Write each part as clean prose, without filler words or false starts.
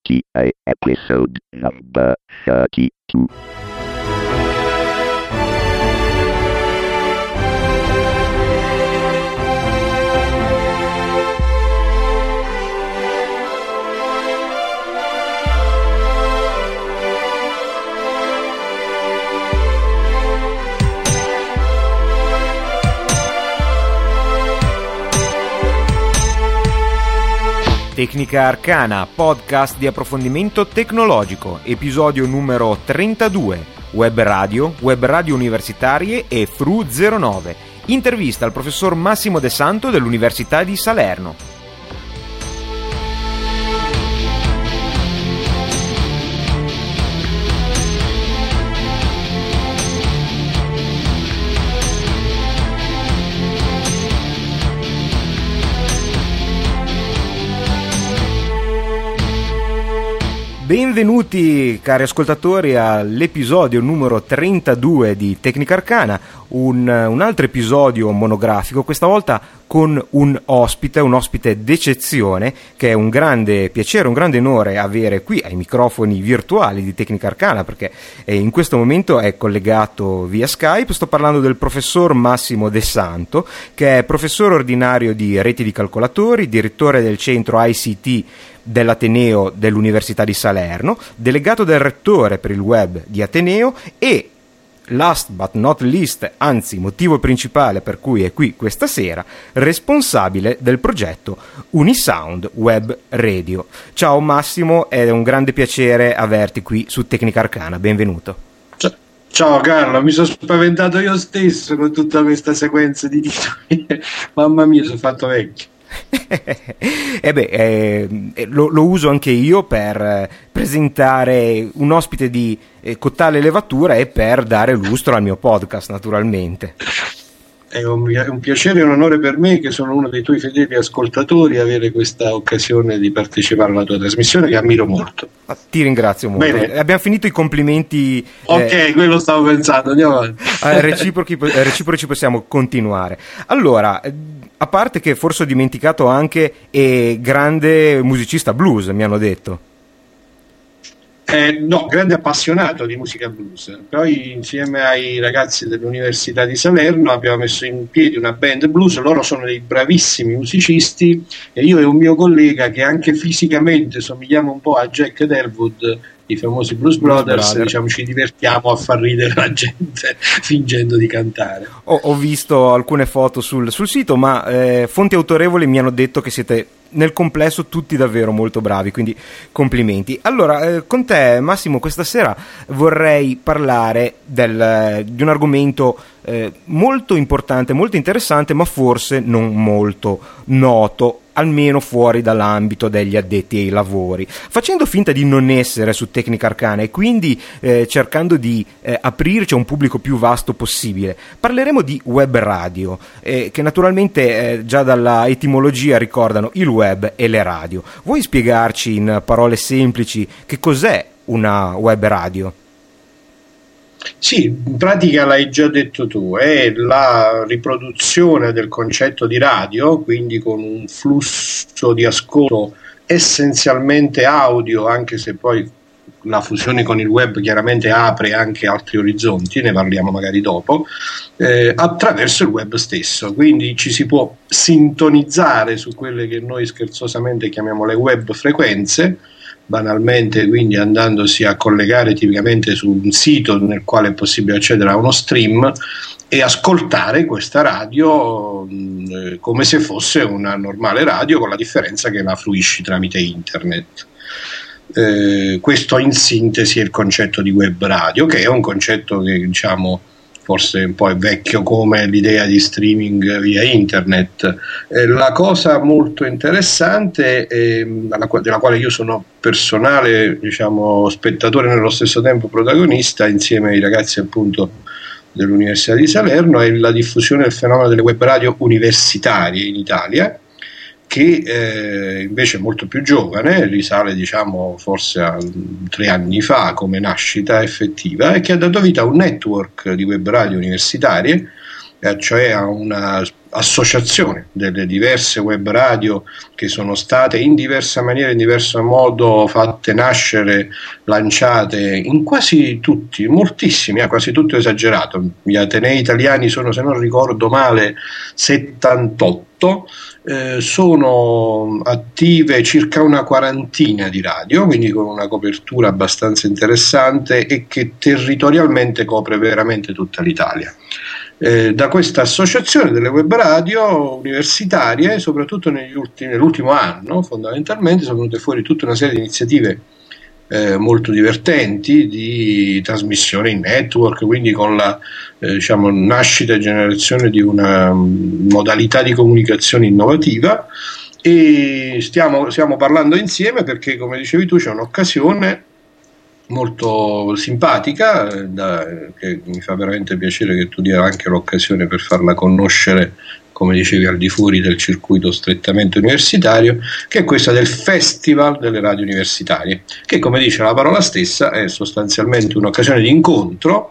TTA episode number 32. Tecnica Arcana, podcast di approfondimento tecnologico, episodio numero 32, web radio universitarie e FRU 09, intervista al professor Massimo De Santo dell'Università di Salerno. Benvenuti cari ascoltatori all'episodio numero 32 di Tecnica Arcana, un altro episodio monografico, questa volta con un ospite d'eccezione che è un grande piacere, un grande onore avere qui ai microfoni virtuali di Tecnica Arcana, perché in questo momento è collegato via Skype. Sto parlando del professor Massimo De Santo, che è professore ordinario di reti di calcolatori, direttore del centro ICT dell'Ateneo dell'Università di Salerno, delegato del rettore per il web di Ateneo e, last but not least, anzi motivo principale per cui è qui questa sera, responsabile del progetto Unisound Web Radio. Ciao Massimo, è un grande piacere averti qui su Tecnica Arcana, benvenuto. Ciao Carlo, mi sono spaventato io stesso con tutta questa sequenza di titoli. Mamma mia, sono fatto vecchio. Lo uso anche io per presentare un ospite di cotale levatura e per dare lustro al mio podcast, naturalmente. È un piacere e un onore per me, che sono uno dei tuoi fedeli ascoltatori, avere questa occasione di partecipare alla tua trasmissione, che ammiro molto. Ti ringrazio molto. Bene. Abbiamo finito i complimenti. Ok, quello stavo pensando, andiamo avanti. Reciproci possiamo continuare. Allora, a parte che forse ho dimenticato anche grande musicista blues, mi hanno detto. No, grande appassionato di musica blues. Poi insieme ai ragazzi dell'Università di Salerno abbiamo messo in piedi una band blues. Loro sono dei bravissimi musicisti e io e un mio collega, che anche fisicamente somigliamo un po' a Jack ed Elwood, i famosi Blues Brothers, diciamo, ci divertiamo a far ridere la gente fingendo di cantare. Ho visto alcune foto sul sito, ma fonti autorevoli mi hanno detto che siete nel complesso tutti davvero molto bravi, quindi complimenti. Allora, con te Massimo, questa sera vorrei parlare di un argomento molto importante, molto interessante, ma forse non molto noto, almeno fuori dall'ambito degli addetti ai lavori, facendo finta di non essere su Tecnica Arcana e quindi cercando di aprirci a un pubblico più vasto possibile. Parleremo di web radio, che naturalmente già dalla etimologia ricordano il web e le radio. Vuoi spiegarci in parole semplici che cos'è una web radio? Sì, in pratica l'hai già detto tu, è la riproduzione del concetto di radio, quindi con un flusso di ascolto essenzialmente audio, anche se poi la fusione con il web chiaramente apre anche altri orizzonti, ne parliamo magari dopo, attraverso il web stesso. Quindi ci si può sintonizzare su quelle che noi scherzosamente chiamiamo le web frequenze, banalmente, quindi andandosi a collegare tipicamente su un sito nel quale è possibile accedere a uno stream e ascoltare questa radio come se fosse una normale radio, con la differenza che la fruisci tramite internet. Questo in sintesi è il concetto di web radio, che è un concetto che, diciamo, forse un po' è vecchio come l'idea di streaming via internet. La cosa molto interessante, della quale io sono personale, diciamo, spettatore nello stesso tempo protagonista, insieme ai ragazzi appunto dell'Università di Salerno, è la diffusione del fenomeno delle web radio universitarie in Italia, che invece è molto più giovane, risale, diciamo, forse a 3 anni fa come nascita effettiva, e che ha dato vita a un network di web radio universitarie, cioè a una associazione delle diverse web radio che sono state in diversa maniera, in diverso modo fatte nascere, lanciate in quasi tutti, moltissimi, quasi tutto esagerato. Gli atenei italiani sono, se non ricordo male, 78, sono attive circa una quarantina di radio, quindi con una copertura abbastanza interessante e che territorialmente copre veramente tutta l'Italia. Da questa associazione delle web radio universitarie, soprattutto nell'ultimo anno, fondamentalmente sono venute fuori tutta una serie di iniziative molto divertenti di trasmissione in network, quindi con la nascita e generazione di una modalità di comunicazione innovativa, e stiamo parlando insieme perché, come dicevi tu, c'è un'occasione molto simpatica che mi fa veramente piacere che tu dia anche l'occasione per farla conoscere, come dicevi, al di fuori del circuito strettamente universitario, che è questa del Festival delle Radio Universitarie, che, come dice la parola stessa, è sostanzialmente un'occasione di incontro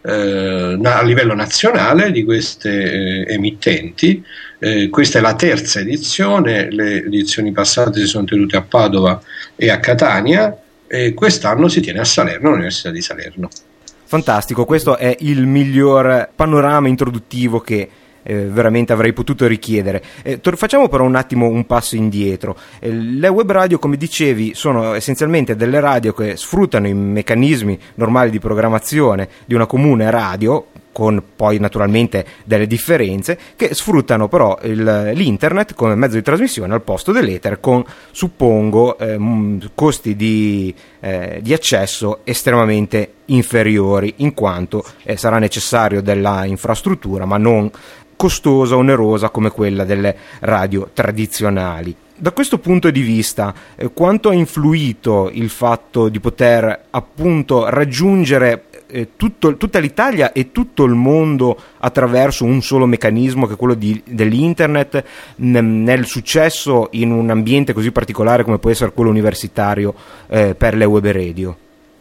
a livello nazionale di queste emittenti. Questa è la terza edizione, le edizioni passate si sono tenute a Padova e a Catania, e quest'anno si tiene a Salerno, all'Università di Salerno. Fantastico, questo è il miglior panorama introduttivo che veramente avrei potuto richiedere. Facciamo però un attimo un passo indietro. Le web radio, come dicevi, sono essenzialmente delle radio che sfruttano i meccanismi normali di programmazione di una comune radio, con poi naturalmente delle differenze, che sfruttano però l'internet come mezzo di trasmissione al posto dell'etere, con, suppongo, costi di accesso estremamente inferiori, in quanto sarà necessario della infrastruttura, ma non costosa, onerosa come quella delle radio tradizionali. Da questo punto di vista, quanto ha influito il fatto di poter appunto raggiungere tutta l'Italia e tutto il mondo attraverso un solo meccanismo, che è quello dell'internet, nel successo in un ambiente così particolare come può essere quello universitario per le web radio?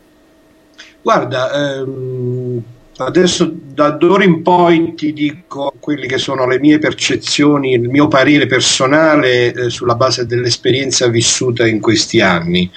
Guarda, adesso da d'ora in poi ti dico quelle che sono le mie percezioni, il mio parere personale sulla base dell'esperienza vissuta in questi anni.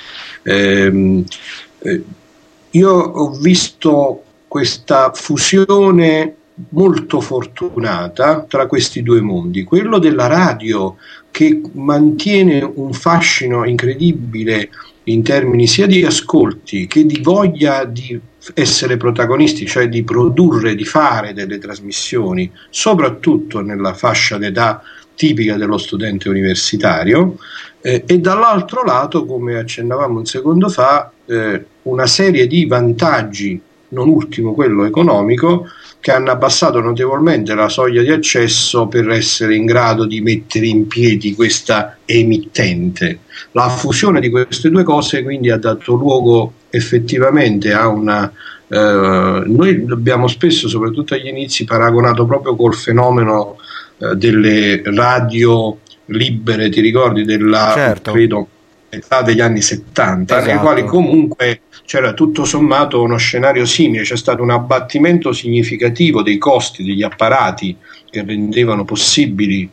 Io ho visto questa fusione molto fortunata tra questi due mondi, quello della radio, che mantiene un fascino incredibile in termini sia di ascolti che di voglia di essere protagonisti, cioè di produrre, di fare delle trasmissioni, soprattutto nella fascia d'età tipica dello studente universitario, e dall'altro lato, come accennavamo un secondo fa, una serie di vantaggi, non ultimo quello economico, che hanno abbassato notevolmente la soglia di accesso per essere in grado di mettere in piedi questa emittente. La fusione di queste due cose quindi ha dato luogo effettivamente a una... noi abbiamo spesso, soprattutto agli inizi, paragonato proprio col fenomeno delle radio libere, ti ricordi, certo, credo, età degli anni 70, esatto, nei quali comunque c'era tutto sommato uno scenario simile, c'è stato un abbattimento significativo dei costi degli apparati che rendevano possibili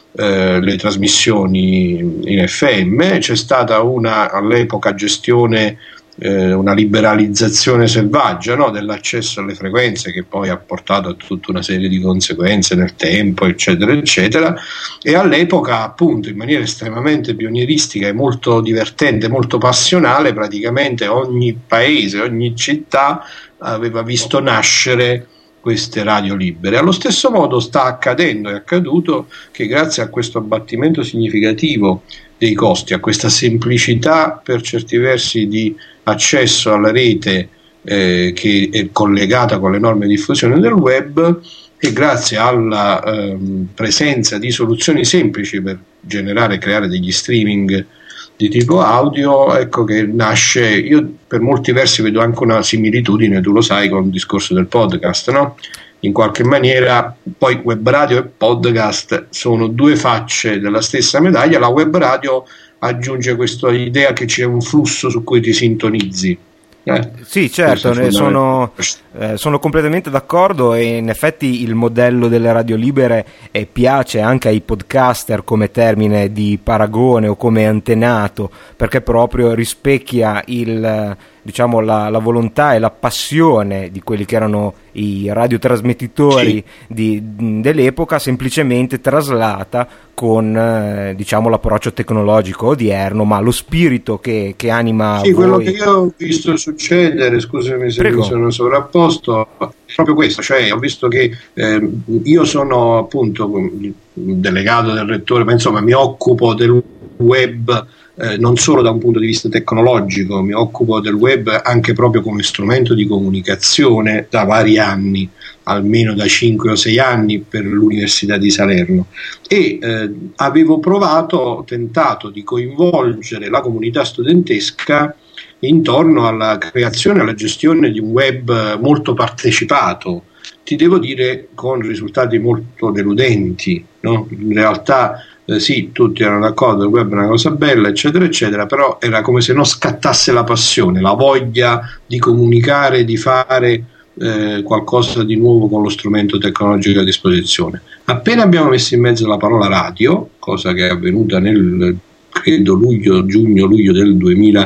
le trasmissioni in FM, c'è stata all'epoca gestione, una liberalizzazione selvaggia, no, dell'accesso alle frequenze, che poi ha portato a tutta una serie di conseguenze nel tempo, eccetera eccetera, e all'epoca, appunto, in maniera estremamente pionieristica e molto divertente, molto passionale, praticamente ogni paese, ogni città aveva visto nascere queste radio libere. Allo stesso modo sta accadendo, è accaduto che grazie a questo abbattimento significativo dei costi, a questa semplicità per certi versi di accesso alla rete che è collegata con l'enorme diffusione del web, e grazie alla presenza di soluzioni semplici per generare e creare degli streaming di tipo audio, ecco che nasce. Io per molti versi vedo anche una similitudine, tu lo sai, con il discorso del podcast, no? In qualche maniera poi web radio e podcast sono due facce della stessa medaglia. La web radio aggiunge questa idea che c'è un flusso su cui ti sintonizzi, Sì, certo, sono completamente d'accordo, e in effetti il modello delle radio libere piace anche ai podcaster come termine di paragone o come antenato, perché proprio rispecchia la volontà e la passione di quelli che erano i radiotrasmettitori dell'epoca, semplicemente traslata con l'approccio tecnologico odierno, ma lo spirito che anima voi. Quello che io ho visto succedere, scusami se mi sono sovrapposto, è proprio questo, cioè ho visto che io sono appunto delegato del rettore, ma insomma mi occupo del web non solo da un punto di vista tecnologico, mi occupo del web anche proprio come strumento di comunicazione da vari anni, almeno da 5 o 6 anni per l'Università di Salerno, e avevo tentato di coinvolgere la comunità studentesca intorno alla creazione e alla gestione di un web molto partecipato, ti devo dire con risultati molto deludenti, no? In realtà sì, tutti erano d'accordo, il web è una cosa bella, eccetera, eccetera, però era come se non scattasse la passione, la voglia di comunicare, di fare qualcosa di nuovo con lo strumento tecnologico a disposizione. Appena abbiamo messo in mezzo la parola radio, cosa che è avvenuta nel, credo, giugno-luglio del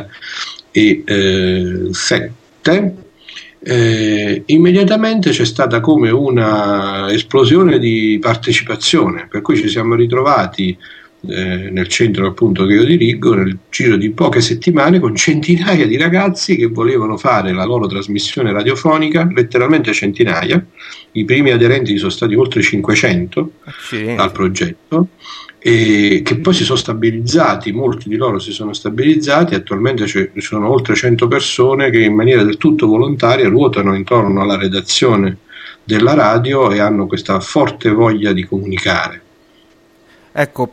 2007, immediatamente c'è stata come una esplosione di partecipazione, per cui ci siamo ritrovati nel centro appunto che io dirigo nel giro di poche settimane con centinaia di ragazzi che volevano fare la loro trasmissione radiofonica, letteralmente centinaia. I primi aderenti sono stati oltre 500 al progetto, e che poi si sono stabilizzati, molti di loro si sono stabilizzati, attualmente ci sono oltre 100 persone che in maniera del tutto volontaria ruotano intorno alla redazione della radio e hanno questa forte voglia di comunicare. Ecco,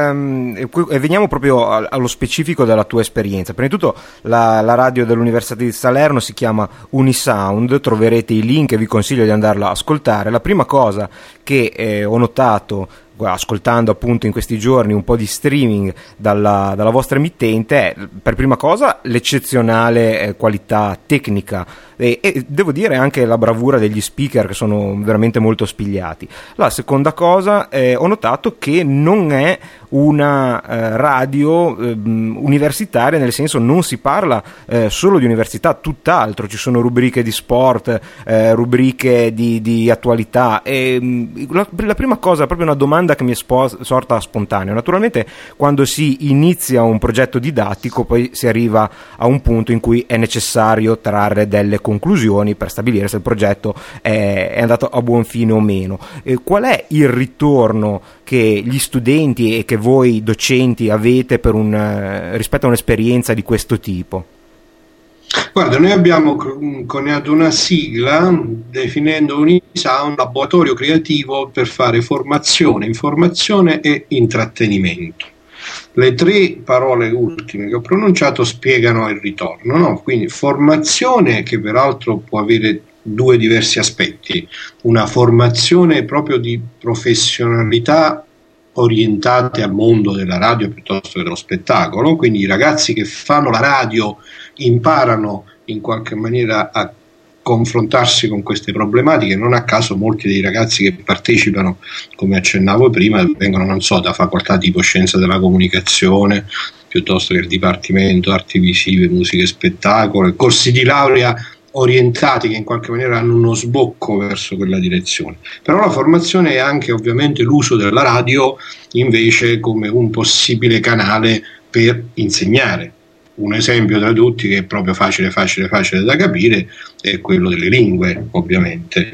e veniamo proprio allo specifico della tua esperienza. Prima di tutto la radio dell'Università di Salerno si chiama Unisound, troverete i link e vi consiglio di andarla a ascoltare. La prima cosa che ho notato ascoltando appunto in questi giorni un po' di streaming dalla vostra emittente è, per prima cosa, l'eccezionale qualità tecnica e devo dire anche la bravura degli speaker, che sono veramente molto spigliati. La seconda cosa, ho notato che non è una radio universitaria, nel senso non si parla solo di università, tutt'altro, ci sono rubriche di sport, rubriche di attualità, e la prima cosa, proprio una domanda che mi è sorta spontanea. Naturalmente quando si inizia un progetto didattico poi si arriva a un punto in cui è necessario trarre delle conclusioni per stabilire se il progetto è andato a buon fine o meno. Qual è il ritorno che gli studenti e che voi docenti avete rispetto a un'esperienza di questo tipo? Guarda, noi abbiamo coniato una sigla definendo Unisound laboratorio creativo per fare formazione, informazione e intrattenimento. Le tre parole ultime che ho pronunciato spiegano il ritorno, no? Quindi formazione, che peraltro può avere due diversi aspetti: una formazione proprio di professionalità orientate al mondo della radio piuttosto che dello spettacolo, quindi i ragazzi che fanno la radio imparano in qualche maniera a confrontarsi con queste problematiche. Non a caso molti dei ragazzi che partecipano, come accennavo prima, vengono non so da facoltà tipo scienza della comunicazione piuttosto che il dipartimento arti visive, musica e spettacolo, corsi di laurea orientati che in qualche maniera hanno uno sbocco verso quella direzione. Però la formazione è anche ovviamente l'uso della radio invece come un possibile canale per insegnare. Un esempio tra tutti, che è proprio facile da capire, è quello delle lingue, ovviamente.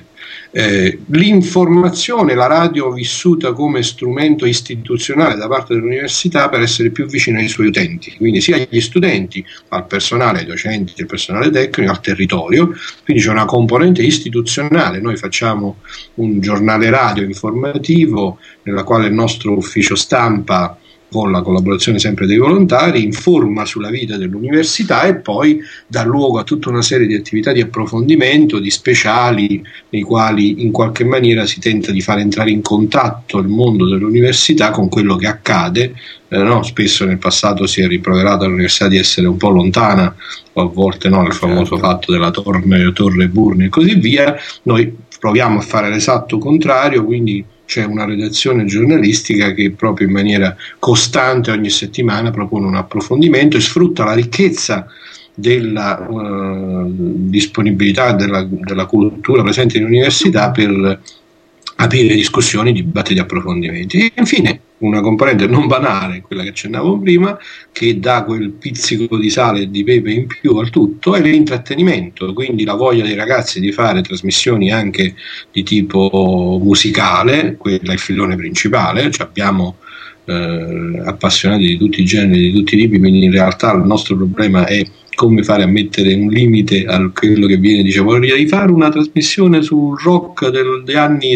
L'informazione, la radio vissuta come strumento istituzionale da parte dell'università per essere più vicino ai suoi utenti, quindi sia agli studenti, al personale, ai docenti, al personale tecnico, al territorio. Quindi c'è una componente istituzionale. Noi facciamo un giornale radio informativo nella quale il nostro ufficio stampa con la collaborazione sempre dei volontari, informa sulla vita dell'università e poi dà luogo a tutta una serie di attività di approfondimento, di speciali, nei quali in qualche maniera si tenta di far entrare in contatto il mondo dell'università con quello che accade. No? Spesso nel passato si è rimproverato all'università di essere un po' lontana, o a volte no, il famoso fatto della torre Burne e così via. Noi proviamo a fare l'esatto contrario, quindi c'è una redazione giornalistica che proprio in maniera costante ogni settimana propone un approfondimento e sfrutta la ricchezza della disponibilità della cultura presente in università per aprire discussioni, dibattiti, approfondimenti. E infine una componente non banale, quella che accennavo prima, che dà quel pizzico di sale e di pepe in più al tutto, è l'intrattenimento, quindi la voglia dei ragazzi di fare trasmissioni anche di tipo musicale. Quella è il filone principale, cioè abbiamo appassionati di tutti i generi, di tutti i tipi, quindi in realtà il nostro problema è come fare a mettere un limite a quello che viene, dice vorrei fare una trasmissione sul rock degli anni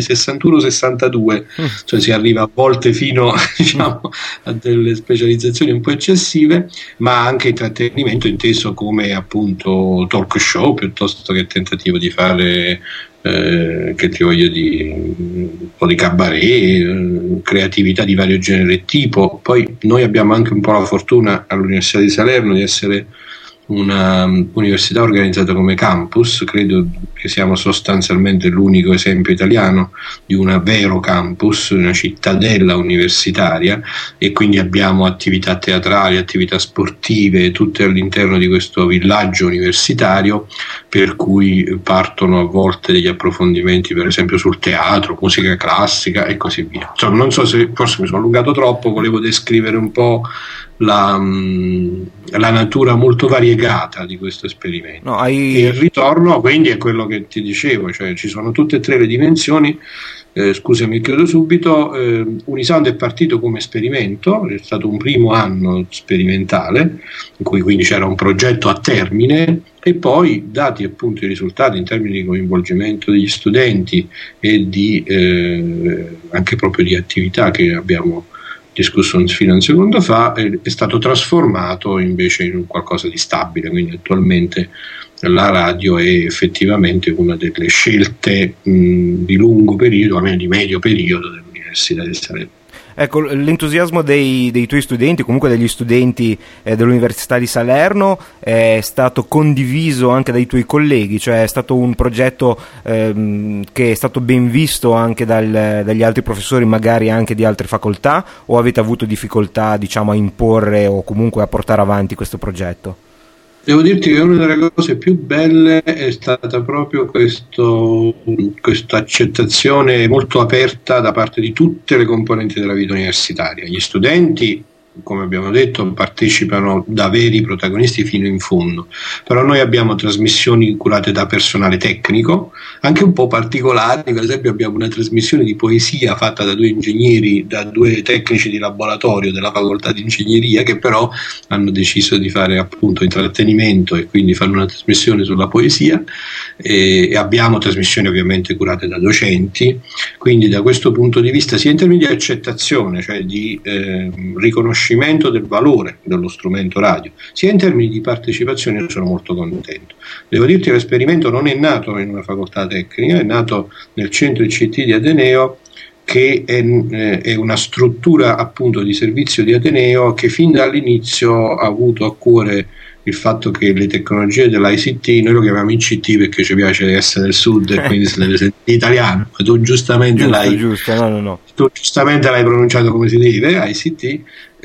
61-62, cioè si arriva a volte fino diciamo a delle specializzazioni un po' eccessive, ma anche intrattenimento inteso come appunto talk show piuttosto che tentativo di fare che ti voglio dire un po' di cabaret, creatività di vario genere e tipo. Poi noi abbiamo anche un po' la fortuna all'Università di Salerno di essere una università organizzata come campus. Credo che siamo sostanzialmente l'unico esempio italiano di un vero campus, una cittadella universitaria, e quindi abbiamo attività teatrali, attività sportive, tutte all'interno di questo villaggio universitario, per cui partono a volte degli approfondimenti per esempio sul teatro, musica classica e così via. Insomma, non so se forse mi sono allungato troppo, volevo descrivere un po' la natura molto variegata di questo esperimento. E il ritorno quindi è quello che ti dicevo, cioè ci sono tutte e tre le dimensioni. Scusami, chiedo subito, Unisound è partito come esperimento, è stato un primo anno sperimentale in cui quindi c'era un progetto a termine, e poi dati appunto i risultati in termini di coinvolgimento degli studenti e di anche proprio di attività che abbiamo discusso fino a un secondo fa, è stato trasformato invece in qualcosa di stabile. Quindi attualmente la radio è effettivamente una delle scelte di lungo periodo, almeno di medio periodo, dell'Università di Salerno. Ecco, l'entusiasmo dei tuoi studenti, comunque degli studenti dell'Università di Salerno, è stato condiviso anche dai tuoi colleghi, cioè è stato un progetto che è stato ben visto anche dagli altri professori, magari anche di altre facoltà, o avete avuto difficoltà, diciamo, a imporre o comunque a portare avanti questo progetto? Devo dirti che una delle cose più belle è stata proprio questa accettazione molto aperta da parte di tutte le componenti della vita universitaria. Gli studenti, come abbiamo detto, partecipano da veri protagonisti fino in fondo, però noi abbiamo trasmissioni curate da personale tecnico, anche un po' particolari. Per esempio abbiamo una trasmissione di poesia fatta da due ingegneri, da due tecnici di laboratorio della facoltà di ingegneria, che però hanno deciso di fare appunto intrattenimento e quindi fanno una trasmissione sulla poesia, e abbiamo trasmissioni ovviamente curate da docenti. Quindi da questo punto di vista, sia in termini di accettazione, cioè di riconoscimento del valore dello strumento radio, sia in termini di partecipazione, sono molto contento. Devo dirti che l'esperimento non è nato in una facoltà tecnica, è nato nel centro ICT di Ateneo, che è una struttura appunto di servizio di Ateneo che fin dall'inizio ha avuto a cuore il fatto che le tecnologie dell'ICT, noi lo chiamiamo ICT perché ci piace essere del sud e quindi se deve sentire italiano, ma tu giustamente l'hai pronunciato come si deve, ICT.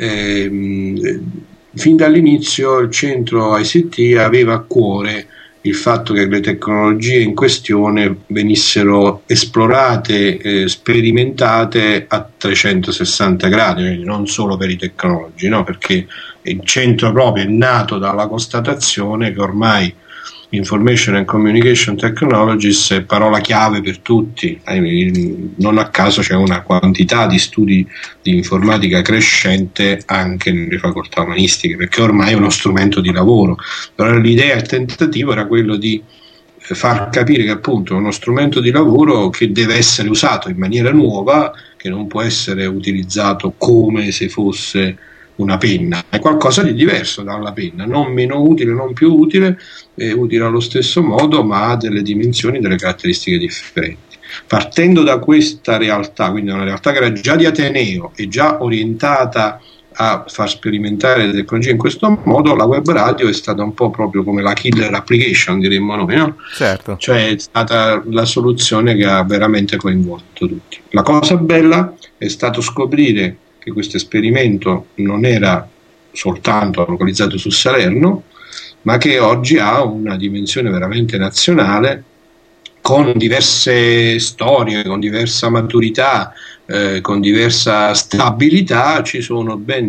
Fin dall'inizio il centro ICT aveva a cuore il fatto che le tecnologie in questione venissero esplorate, sperimentate a 360 gradi, quindi non solo per i tecnologi, no? Perché il centro proprio è nato dalla constatazione che ormai Information and Communication Technologies è parola chiave per tutti. Non a caso c'è una quantità di studi di informatica crescente anche nelle facoltà umanistiche, perché ormai è uno strumento di lavoro. Però l'idea, il tentativo era quello di far capire che appunto è uno strumento di lavoro che deve essere usato in maniera nuova, che non può essere utilizzato come se fosse una penna, è qualcosa di diverso dalla penna, non meno utile, non più utile, è utile allo stesso modo, ma ha delle dimensioni, delle caratteristiche differenti. Partendo da questa realtà, quindi una realtà che era già di Ateneo e già orientata a far sperimentare le tecnologie in questo modo, la web radio è stata un po' proprio come la killer application, diremmo noi, no? Certo. Cioè è stata la soluzione che ha veramente coinvolto tutti. La cosa bella è stato scoprire che questo esperimento non era soltanto localizzato su Salerno, ma che oggi ha una dimensione veramente nazionale, con diverse storie, con diversa maturità, con diversa stabilità. Ci sono ben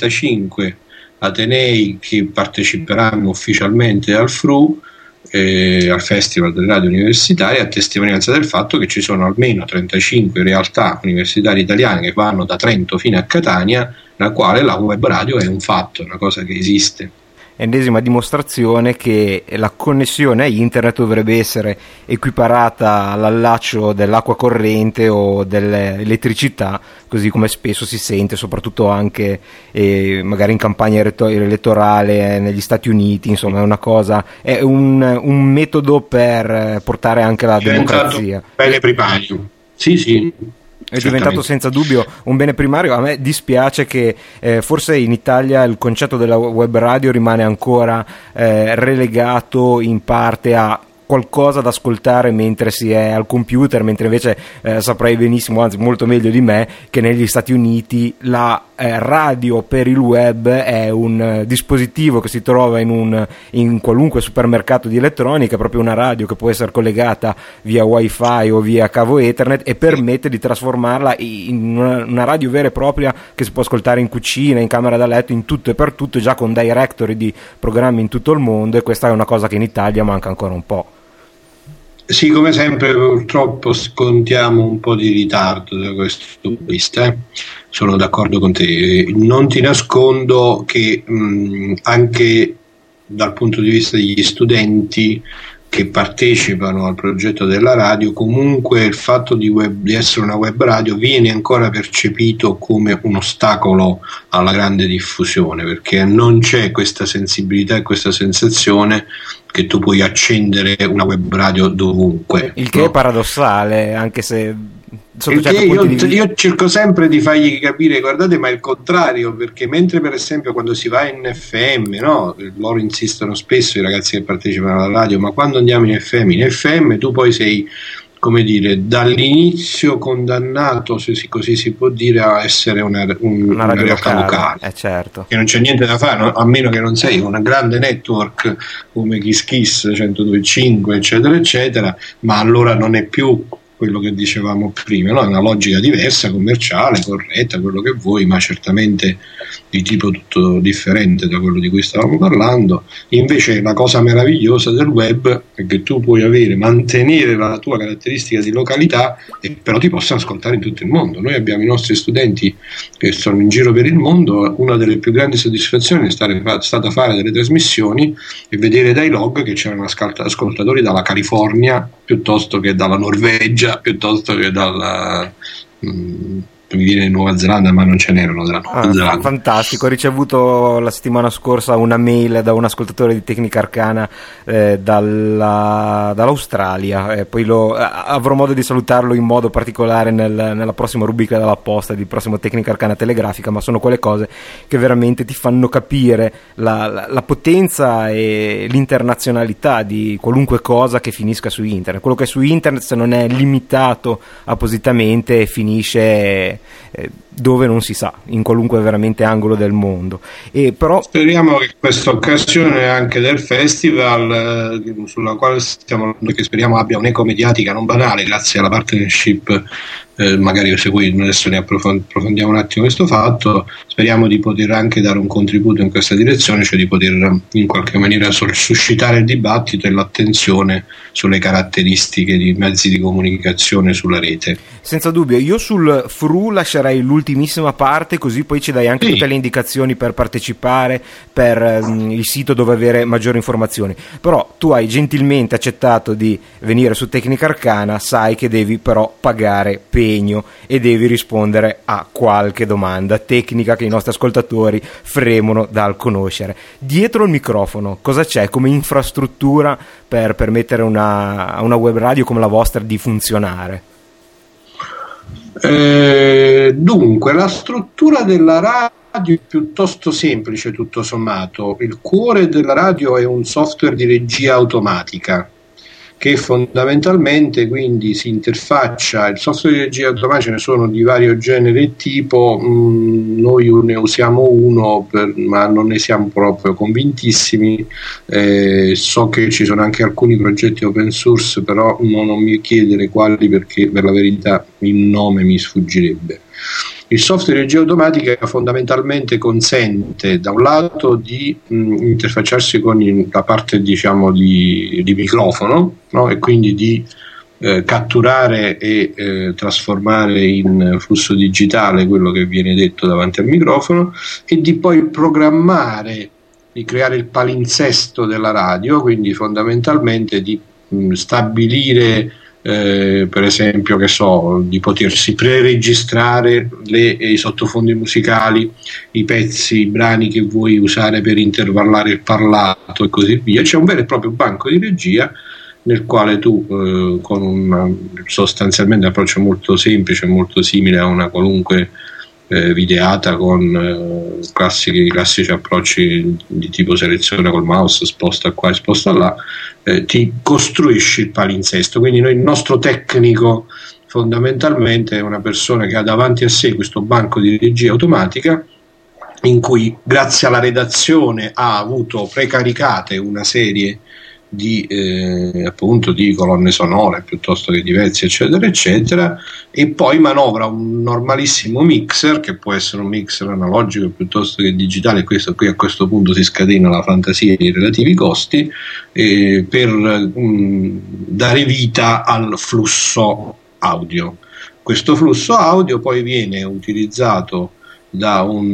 35 atenei che parteciperanno ufficialmente al FRU, al Festival delle Radio Universitarie, a testimonianza del fatto che ci sono almeno 35 realtà universitarie italiane che vanno da Trento fino a Catania, nella quale la web radio è un fatto, è una cosa che esiste. Ennesima dimostrazione che la connessione a internet dovrebbe essere equiparata all'allaccio dell'acqua corrente o dell'elettricità, così come spesso si sente, soprattutto anche magari in campagna elettorale negli Stati Uniti. Insomma, è una cosa, è un metodo per portare anche la democrazia. Bene primario. Sì. È diventato senza dubbio un bene primario. A me dispiace che forse in Italia il concetto della web radio rimane ancora relegato in parte a qualcosa da ascoltare mentre si è al computer, mentre invece saprei benissimo, anzi molto meglio di me, che negli Stati Uniti la radio per il web è un dispositivo che si trova in qualunque supermercato di elettronica, proprio una radio che può essere collegata via wifi o via cavo ethernet e permette di trasformarla in una radio vera e propria che si può ascoltare in cucina, in camera da letto, in tutto e per tutto, già con directory di programmi in tutto il mondo, e questa è una cosa che in Italia manca ancora un po'. Sì, come sempre purtroppo scontiamo un po' di ritardo da questo punto di vista. Sono d'accordo con te. Non ti nascondo che anche dal punto di vista degli studenti che partecipano al progetto della radio, comunque il fatto di essere una web radio viene ancora percepito come un ostacolo alla grande diffusione, perché non c'è questa sensibilità e questa sensazione che tu puoi accendere una web radio dovunque. Il che no? è paradossale, anche se io cerco sempre di fargli capire, guardate, ma è il contrario, perché mentre per esempio quando si va in FM, no? Loro insistono spesso, i ragazzi che partecipano alla radio, ma quando andiamo in FM tu poi sei, come dire, dall'inizio condannato, se così si può dire, a essere una realtà locale. Certo. Che non c'è niente da fare, no? A meno che non sei una grande network come Kiss 102.5 eccetera eccetera, ma allora non è più quello che dicevamo prima, no? È una logica diversa, commerciale, corretta, quello che vuoi, ma certamente di tipo tutto differente da quello di cui stavamo parlando. Invece la cosa meravigliosa del web è che tu puoi mantenere la tua caratteristica di località e però ti possono ascoltare in tutto il mondo. Noi abbiamo i nostri studenti che sono in giro per il mondo, una delle più grandi soddisfazioni è stata fare delle trasmissioni e vedere dai log che c'erano ascoltatori dalla California piuttosto che dalla Norvegia, piuttosto che dalla mi viene Nuova Zelanda, ma non ce n'erano della Nuova Zelanda. Fantastico, ho ricevuto la settimana scorsa una mail da un ascoltatore di Tecnica Arcana dall'Australia, poi avrò modo di salutarlo in modo particolare nella prossima rubrica della posta di prossimo Tecnica Arcana Telegrafica, ma sono quelle cose che veramente ti fanno capire la potenza e l'internazionalità di qualunque cosa che finisca su internet. Quello che è su internet, se non è limitato appositamente, finisce dove non si sa, in qualunque veramente angolo del mondo. E però speriamo che questa occasione anche del festival, sulla quale che speriamo abbia un'eco mediatica non banale grazie alla partnership magari se poi adesso ne approfondiamo un attimo questo fatto, speriamo di poter anche dare un contributo in questa direzione, cioè di poter in qualche maniera suscitare il dibattito e l'attenzione sulle caratteristiche di mezzi di comunicazione sulla rete. Senza dubbio, io sul FRU lascerei l'ultimissima parte, così poi ci dai anche tutte le indicazioni per partecipare, per il sito dove avere maggiori informazioni. Però tu hai gentilmente accettato di venire su Tecnica Arcana, sai che devi però pagare pegno e devi rispondere a qualche domanda tecnica che i nostri ascoltatori fremono dal conoscere. Dietro il microfono cosa c'è come infrastruttura per permettere a una web radio come la vostra di funzionare? Dunque, la struttura della radio è piuttosto semplice, tutto sommato. Il cuore della radio è un software di regia automatica che fondamentalmente quindi si interfaccia. Il software di regia automatica ce ne sono di vario genere e tipo, noi ne usiamo uno ma non ne siamo proprio convintissimi. So che ci sono anche alcuni progetti open source, però non mi chiedere quali, perché per la verità il nome mi sfuggirebbe. Il software di regia automatica fondamentalmente consente da un lato di interfacciarsi con la parte diciamo di microfono, no? E quindi di catturare e trasformare in flusso digitale quello che viene detto davanti al microfono, e di poi programmare, di creare il palinsesto della radio, quindi fondamentalmente di stabilire per esempio, che so, di potersi pre-registrare i sottofondi musicali, i pezzi, i brani che vuoi usare per intervallare il parlato e così via. C'è un vero e proprio banco di regia nel quale tu con sostanzialmente un approccio molto semplice, molto simile a una qualunque videata con classici approcci di tipo seleziona col mouse, sposta qua e sposta là, ti costruisci il palinsesto. Quindi il nostro tecnico fondamentalmente è una persona che ha davanti a sé questo banco di regia automatica, in cui grazie alla redazione ha avuto precaricate una serie di appunto di colonne sonore piuttosto che di pezzi eccetera eccetera, e poi manovra un normalissimo mixer, che può essere un mixer analogico piuttosto che digitale. Questo qui a questo punto si scatena la fantasia e i relativi costi, per dare vita al flusso audio. Questo flusso audio poi viene utilizzato da un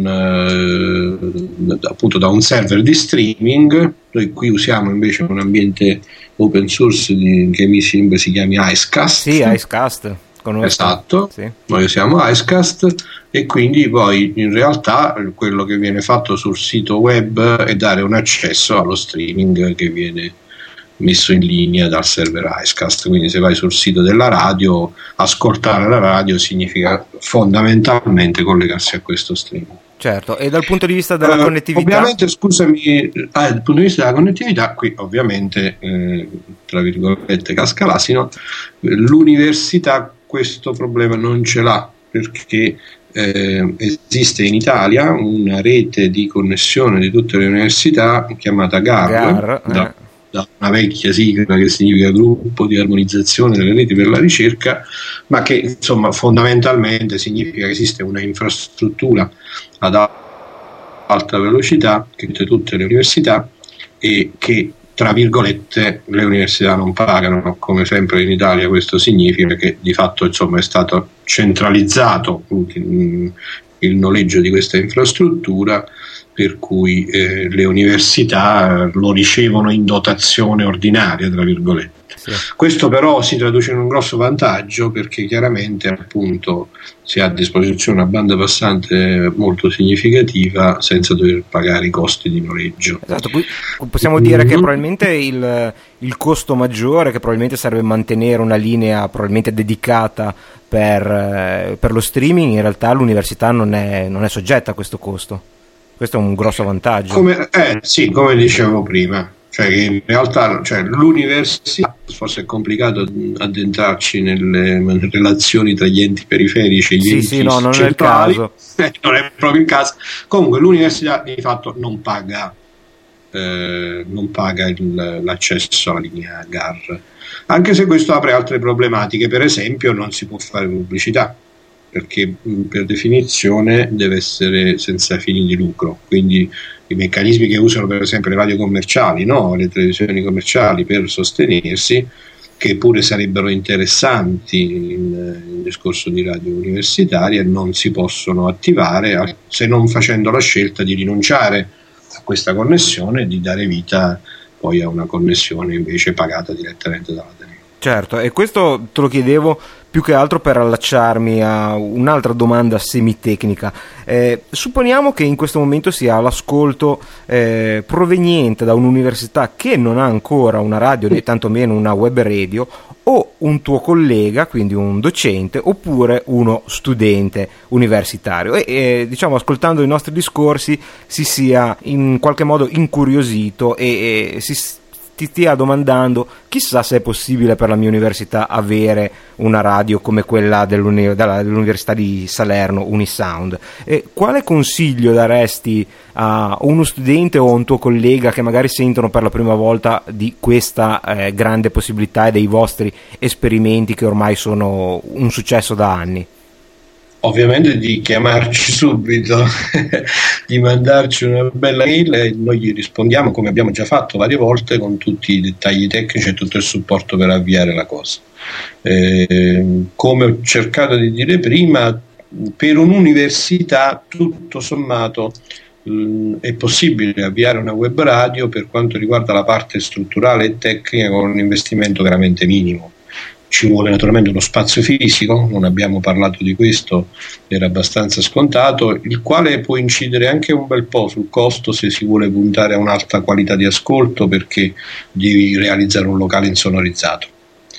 server di streaming. Noi qui usiamo invece un ambiente open source che mi sembra si chiami Icecast. Sì, Icecast, conosco. Esatto, sì. Noi usiamo Icecast, e quindi poi in realtà quello che viene fatto sul sito web è dare un accesso allo streaming che viene messo in linea dal server Icecast. Quindi se vai sul sito della radio, ascoltare la radio significa fondamentalmente collegarsi a questo streaming. Certo, e dal punto di vista della connettività? Ovviamente, scusami, dal punto di vista della connettività, qui ovviamente, tra virgolette, casca l'asino, l'università questo problema non ce l'ha, perché esiste in Italia una rete di connessione di tutte le università chiamata GAR, da una vecchia sigla che significa Gruppo di Armonizzazione delle Reti per la Ricerca, ma che insomma fondamentalmente significa che esiste una infrastruttura ad alta velocità che tutte le università, e che tra virgolette le università non pagano, come sempre in Italia. Questo significa che di fatto insomma è stato centralizzato il noleggio di questa infrastruttura, per cui le università lo ricevono in dotazione ordinaria, tra virgolette. Sì. Questo però si traduce in un grosso vantaggio, perché chiaramente appunto si ha a disposizione una banda passante molto significativa senza dover pagare i costi di noleggio. Esatto, qui possiamo dire che probabilmente il costo maggiore, che probabilmente sarebbe mantenere una linea probabilmente dedicata per lo streaming, in realtà l'università non è soggetta a questo costo. Questo è un grosso vantaggio. Sì, come dicevo prima, cioè che in realtà l'università, forse è complicato addentrarci nelle relazioni tra gli enti periferici e gli enti non centrali. È il caso. Non è proprio il caso. Comunque l'università di fatto non paga non paga l'accesso alla linea GAR, anche se questo apre altre problematiche. Per esempio non si può fare pubblicità, perché per definizione deve essere senza fini di lucro, quindi i meccanismi che usano per esempio le radio commerciali, no? Le televisioni commerciali per sostenersi, che pure sarebbero interessanti in discorso di radio universitaria, non si possono attivare se non facendo la scelta di rinunciare a questa connessione e di dare vita poi a una connessione invece pagata direttamente dall'Ateneo. Certo, e questo te lo chiedevo più che altro per allacciarmi a un'altra domanda semitecnica. Supponiamo che in questo momento sia all'ascolto proveniente da un'università che non ha ancora una radio né tantomeno una web radio, o un tuo collega, quindi un docente, oppure uno studente universitario, e diciamo, ascoltando i nostri discorsi si sia in qualche modo incuriosito e ti stia domandando: chissà se è possibile per la mia università avere una radio come quella dell'Università di Salerno, Unisound. Quale consiglio daresti a uno studente o a un tuo collega che magari sentono per la prima volta di questa grande possibilità e dei vostri esperimenti che ormai sono un successo da anni? Ovviamente di chiamarci subito, di mandarci una bella mail e noi gli rispondiamo, come abbiamo già fatto varie volte, con tutti i dettagli tecnici e tutto il supporto per avviare la cosa. Come ho cercato di dire prima, per un'università tutto sommato è possibile avviare una web radio per quanto riguarda la parte strutturale e tecnica, con un investimento veramente minimo. Ci vuole naturalmente uno spazio fisico, non abbiamo parlato di questo, era abbastanza scontato, il quale può incidere anche un bel po' sul costo se si vuole puntare a un'alta qualità di ascolto, perché devi realizzare un locale insonorizzato.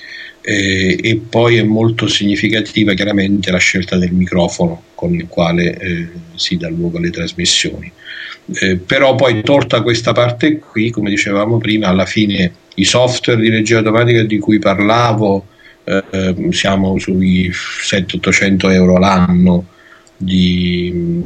E poi è molto significativa chiaramente la scelta del microfono con il quale si dà luogo alle trasmissioni. Però poi, tolta questa parte qui, come dicevamo prima, alla fine i software di regia automatica di cui parlavo, siamo sui 700-800 euro l'anno di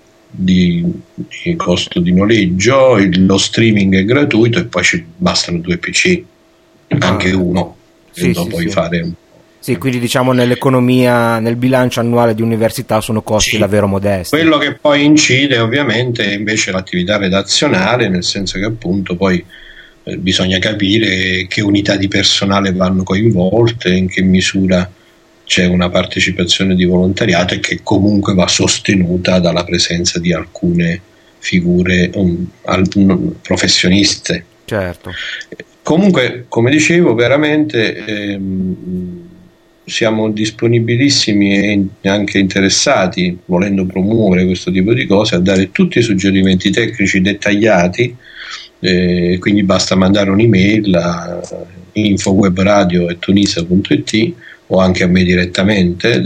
costo di noleggio, lo streaming è gratuito e poi ci bastano 2 PC, anche uno, e poi fare. Sì, quindi diciamo nell'economia, nel bilancio annuale di università sono costi davvero modesti. Quello che poi incide ovviamente è invece l'attività redazionale, nel senso che appunto poi bisogna capire che unità di personale vanno coinvolte, in che misura c'è una partecipazione di volontariato e che comunque va sostenuta dalla presenza di alcune figure professioniste. Certo. Comunque, come dicevo, veramente siamo disponibilissimi e anche interessati, volendo promuovere questo tipo di cose, a dare tutti i suggerimenti tecnici dettagliati. Quindi basta mandare un'email a info@webradio@tunisa.it o anche a me direttamente,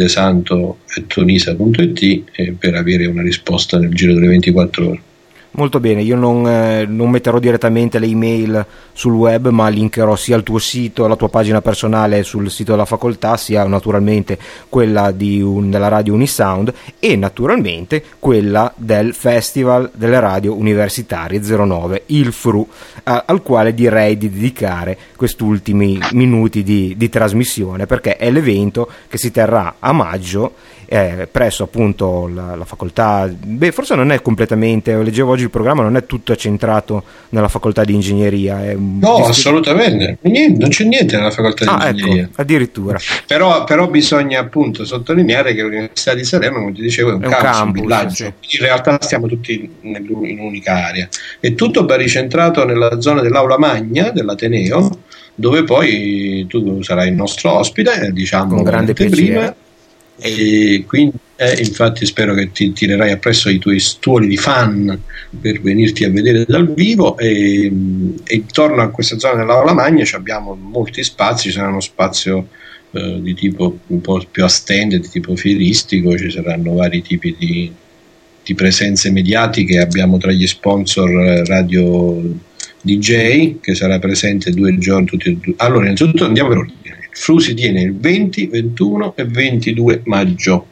desanto@tunisa.it, per avere una risposta nel giro delle 24 ore. Molto bene, io non metterò direttamente le email sul web, ma linkerò sia il tuo sito, la tua pagina personale sul sito della facoltà, sia naturalmente quella della radio Unisound e naturalmente quella del Festival delle Radio Universitarie 09, il FRU, al quale direi di dedicare questi ultimi minuti di trasmissione, perché è l'evento che si terrà a maggio presso appunto la facoltà. Forse non è completamente, leggevo oggi il programma, non è tutto centrato nella facoltà di ingegneria. No, assolutamente, non c'è niente nella facoltà di ingegneria. Ecco, addirittura. Però bisogna appunto sottolineare che l'Università di Salerno, come ti dicevo, è un campus, un villaggio. Sì. In realtà stiamo tutti in un'unica area. È tutto baricentrato nella zona dell'Aula Magna dell'Ateneo, dove poi tu sarai il nostro ospite, diciamo, con grande piacere. Prima. E quindi infatti spero che ti tirerai appresso i tuoi stuoli di fan per venirti a vedere dal vivo, e intorno a questa zona dell'Aula Magna abbiamo molti spazi. C'è uno spazio di tipo un po' più a stand, di tipo fieristico, ci saranno vari tipi di presenze mediatiche. Abbiamo tra gli sponsor Radio DJ, che sarà presente 2 giorni allora, innanzitutto andiamo per ordine. Il FRU si tiene il 20, 21 e 22 maggio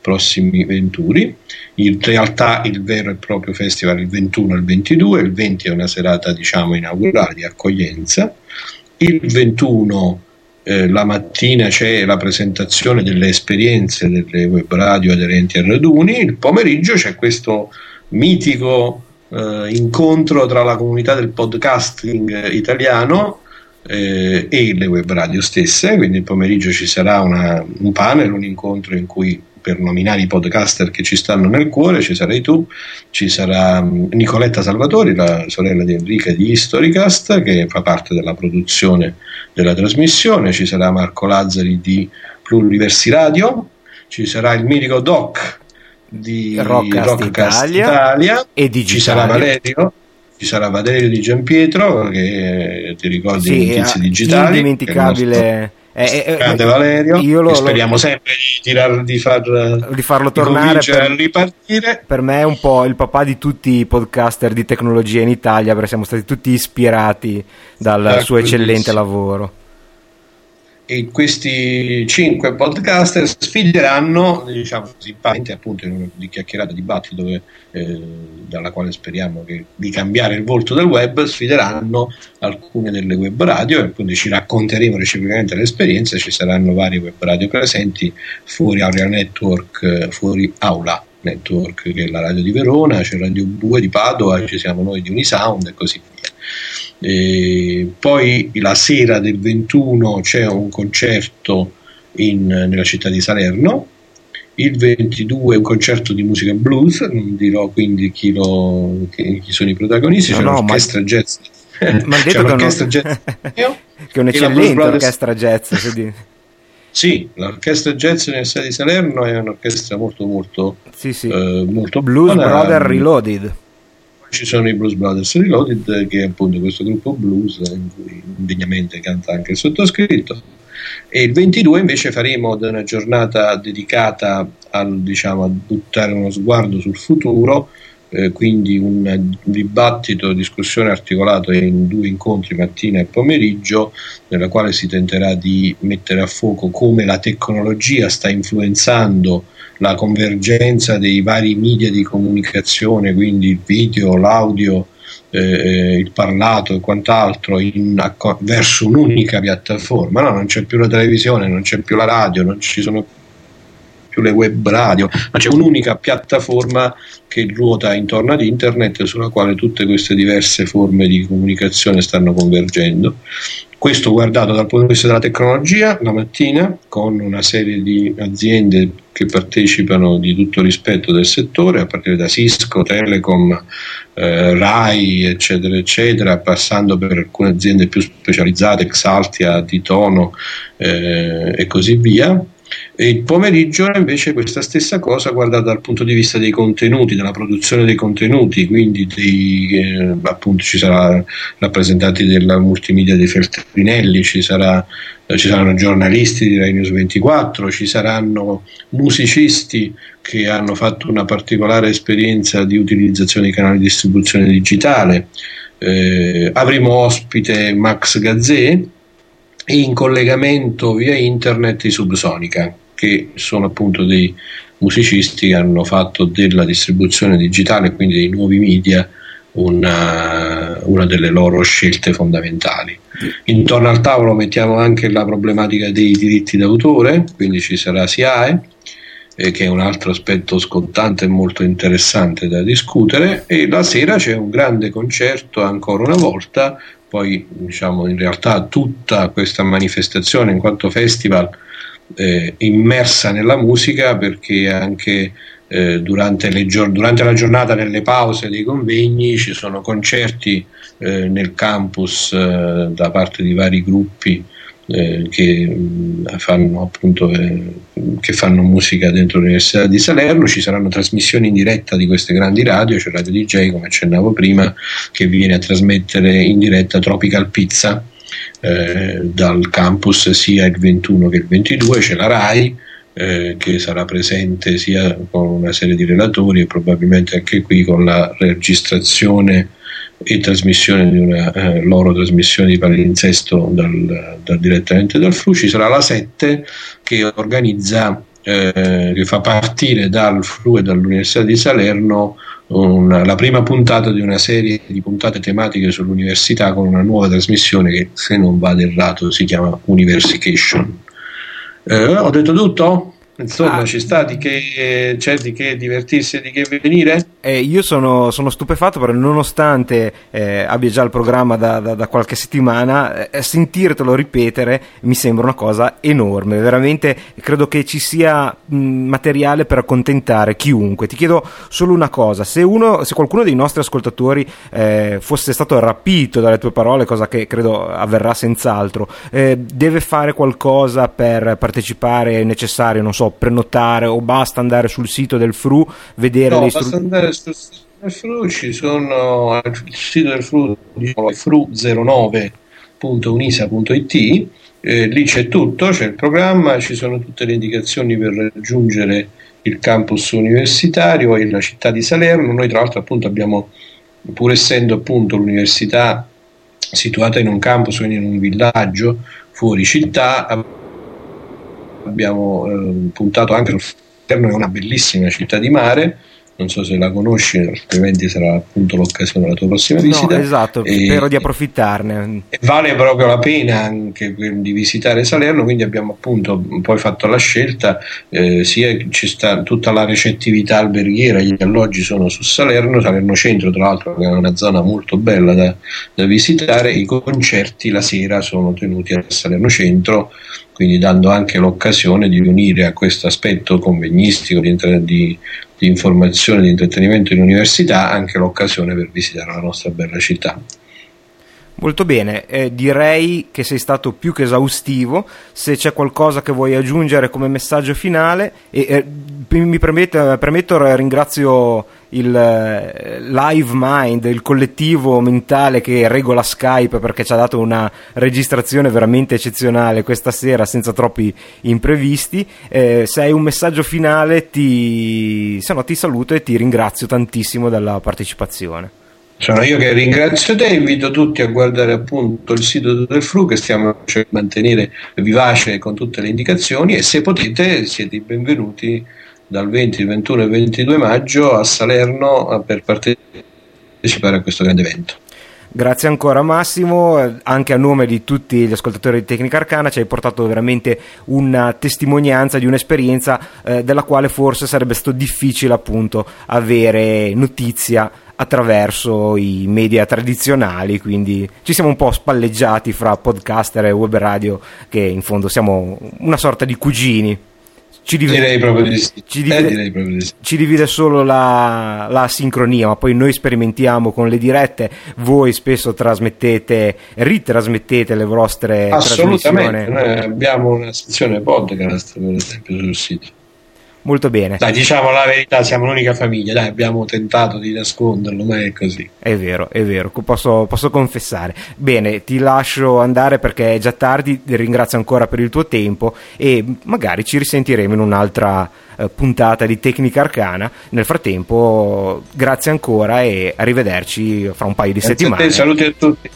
prossimi venturi. In realtà il vero e proprio festival il 21 e il 22, il 20 è una serata diciamo inaugurale di accoglienza, il 21 la mattina c'è la presentazione delle esperienze delle web radio aderenti a raduni, il pomeriggio c'è questo mitico incontro tra la comunità del podcasting italiano e le web radio stesse, quindi il pomeriggio ci sarà un panel, un incontro in cui per nominare i podcaster che ci stanno nel cuore ci sarai tu, ci sarà Nicoletta Salvatori, la sorella di Enrica di Historycast, che fa parte della produzione della trasmissione, ci sarà Marco Lazzari di Pluriversi Radio, ci sarà il mitico Doc di Rockcast Italia e di ci sarà Valerio di Giampietro, che ti ricordi sì, i Notizie Digitali, indimenticabile grande Valerio, speriamo sempre di farlo tornare a ripartire. Per me è un po' il papà di tutti i podcaster di tecnologia in Italia, perché siamo stati tutti ispirati dal suo eccellente lavoro. E questi 5 podcaster sfideranno, diciamo simpatici, appunto in una chiacchierata dibattito dalla quale speriamo di cambiare il volto del web, sfideranno alcune delle web radio e quindi ci racconteremo reciprocamente le esperienze. Ci saranno varie web radio presenti, fuori Aula Network, fuori Aula Network che è la radio di Verona, c'è Radio 2 di Padova, ci siamo noi di Unisound e così via. E poi la sera del 21 c'è un concerto nella città di Salerno, il 22 un concerto di musica blues, non dirò quindi chi sono i protagonisti, c'è un'orchestra jazz, c'è un'orchestra jazz che è un'eccellente orchestra jazz. Sì, l'orchestra jazz dell'Università di Salerno è un'orchestra molto molto molto Blues buona. Brother Reloaded. Ci sono i Blues Brothers Reloaded, che è appunto questo gruppo blues in cui indegnamente canta anche il sottoscritto. E il 22 invece faremo una giornata dedicata a buttare uno sguardo sul futuro, quindi un dibattito, discussione articolato in 2 incontri mattina e pomeriggio, nella quale si tenterà di mettere a fuoco come la tecnologia sta influenzando la convergenza dei vari media di comunicazione, quindi il video, l'audio, il parlato e quant'altro verso un'unica piattaforma. No, non c'è più la televisione, non c'è più la radio, non ci sono più le web radio, ma c'è un'unica piattaforma che ruota intorno ad internet, sulla quale tutte queste diverse forme di comunicazione stanno convergendo. Questo guardato dal punto di vista della tecnologia, la mattina, con una serie di aziende che partecipano di tutto rispetto del settore, a partire da Cisco, Telecom, Rai, eccetera, eccetera, passando per alcune aziende più specializzate, Exaltia, Ditono e così via. E il pomeriggio invece questa stessa cosa guardata dal punto di vista dei contenuti, della produzione dei contenuti, quindi appunto ci sarà rappresentanti della multimedia dei Feltrinelli, ci saranno giornalisti di Rai News 24, ci saranno musicisti che hanno fatto una particolare esperienza di utilizzazione di canali di distribuzione digitale, avremo ospite Max Gazzè e in collegamento via internet i Subsonica, che sono appunto dei musicisti che hanno fatto della distribuzione digitale, quindi dei nuovi media, una delle loro scelte fondamentali. Intorno al tavolo mettiamo anche la problematica dei diritti d'autore, quindi ci sarà SIAE, che è un altro aspetto scottante e molto interessante da discutere, e la sera c'è un grande concerto ancora una volta. Poi in realtà tutta questa manifestazione in quanto festival immersa nella musica, perché anche durante la giornata, nelle pause dei convegni, ci sono concerti nel campus da parte di vari gruppi che fanno musica dentro l'Università di Salerno. Ci saranno trasmissioni in diretta di queste grandi radio, c'è Radio DJ, come accennavo prima, che viene a trasmettere in diretta Tropical Pizza dal campus sia il 21 che il 22. C'è la Rai che sarà presente sia con una serie di relatori e probabilmente anche qui con la registrazione e trasmissione di una loro trasmissione di palinsesto direttamente dal FLU. Ci sarà la 7 che organizza che fa partire dal FRU e dall'Università di Salerno la prima puntata di una serie di puntate tematiche sull'università, con una nuova trasmissione che, se non vado errato, si chiama Universication. Ho detto tutto? Insomma, ci sta c'è di che divertirsi e di che venire? Io sono stupefatto, perché nonostante abbia già il programma da qualche settimana, sentirtelo ripetere mi sembra una cosa enorme. Veramente credo che ci sia materiale per accontentare chiunque. Ti chiedo solo una cosa: se qualcuno dei nostri ascoltatori fosse stato rapito dalle tue parole, cosa che credo avverrà senz'altro, deve fare qualcosa per partecipare? È necessario, non so, prenotare, o basta andare sul sito del FRU, vedere le istruzioni? Basta andare sul sito del FRU, ci sono il sito del FRU, fru09.unisa.it, lì c'è tutto, c'è il programma, ci sono tutte le indicazioni per raggiungere il campus universitario e la città di Salerno. Noi tra l'altro appunto abbiamo, pur essendo appunto l'università situata in un campus, quindi in un villaggio fuori città, abbiamo puntato anche sul Salerno, è una bellissima città di mare, non so se la conosci, altrimenti sarà appunto l'occasione della tua prossima visita. No, esatto, spero di approfittarne. E vale proprio la pena anche di visitare Salerno, quindi abbiamo appunto poi fatto la scelta, ci sta tutta la recettività alberghiera, gli alloggi sono su Salerno Centro, tra l'altro, che è una zona molto bella da visitare. I concerti la sera sono tenuti a Salerno Centro, quindi dando anche l'occasione di unire a questo aspetto convegnistico, di informazione, di intrattenimento in università, anche l'occasione per visitare la nostra bella città. Molto bene, direi che sei stato più che esaustivo. Se c'è qualcosa che vuoi aggiungere come messaggio finale, mi permetto, ringrazio il Live Mind, il collettivo mentale che regola Skype, perché ci ha dato una registrazione veramente eccezionale questa sera, senza troppi imprevisti. Se hai un messaggio finale, ti saluto e ti ringrazio tantissimo della partecipazione. Sono io che ringrazio te, invito tutti a guardare appunto il sito del FRU, che stiamo cercando di mantenere vivace con tutte le indicazioni, e se potete siete benvenuti dal 20, 21 e 22 maggio a Salerno per partecipare a questo grande evento. Grazie ancora Massimo, anche a nome di tutti gli ascoltatori di Tecnica Arcana ci hai portato veramente una testimonianza di un'esperienza della quale forse sarebbe stato difficile appunto avere notizia attraverso i media tradizionali, quindi ci siamo un po' spalleggiati fra podcaster e web radio, che in fondo siamo una sorta di cugini. Direi proprio di sì. Ci divide solo la sincronia, ma poi noi sperimentiamo con le dirette, voi spesso ritrasmettete le vostre assolutamente trasmissioni. Noi abbiamo una sezione podcast per esempio sul sito. Molto bene. Dai, diciamo la verità, siamo l'unica famiglia, dai, abbiamo tentato di nasconderlo, ma è così. È vero, posso confessare. Bene, ti lascio andare perché è già tardi, ti ringrazio ancora per il tuo tempo e magari ci risentiremo in un'altra puntata di Tecnica Arcana. Nel frattempo, grazie ancora e arrivederci fra un paio di settimane. Saluti a tutti.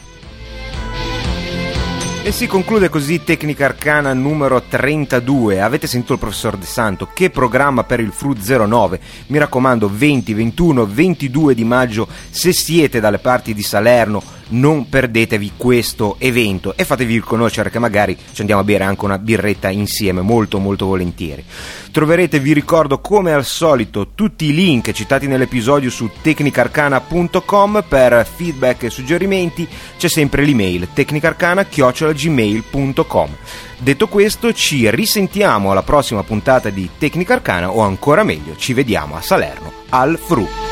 E si conclude così Tecnica Arcana numero 32. Avete sentito il professor De Santo, che programma per il FRU 09. Mi raccomando, 20, 21, 22 di maggio, se siete dalle parti di Salerno, non perdetevi questo evento e fatevi conoscere, che magari ci andiamo a bere anche una birretta insieme, molto molto volentieri. Troverete, vi ricordo, come al solito tutti i link citati nell'episodio su tecnicarcana.com per feedback e suggerimenti. C'è sempre l'email tecnicarcana@gmail.com. Detto questo, ci risentiamo alla prossima puntata di Tecnica Arcana, o ancora meglio ci vediamo a Salerno al FRU.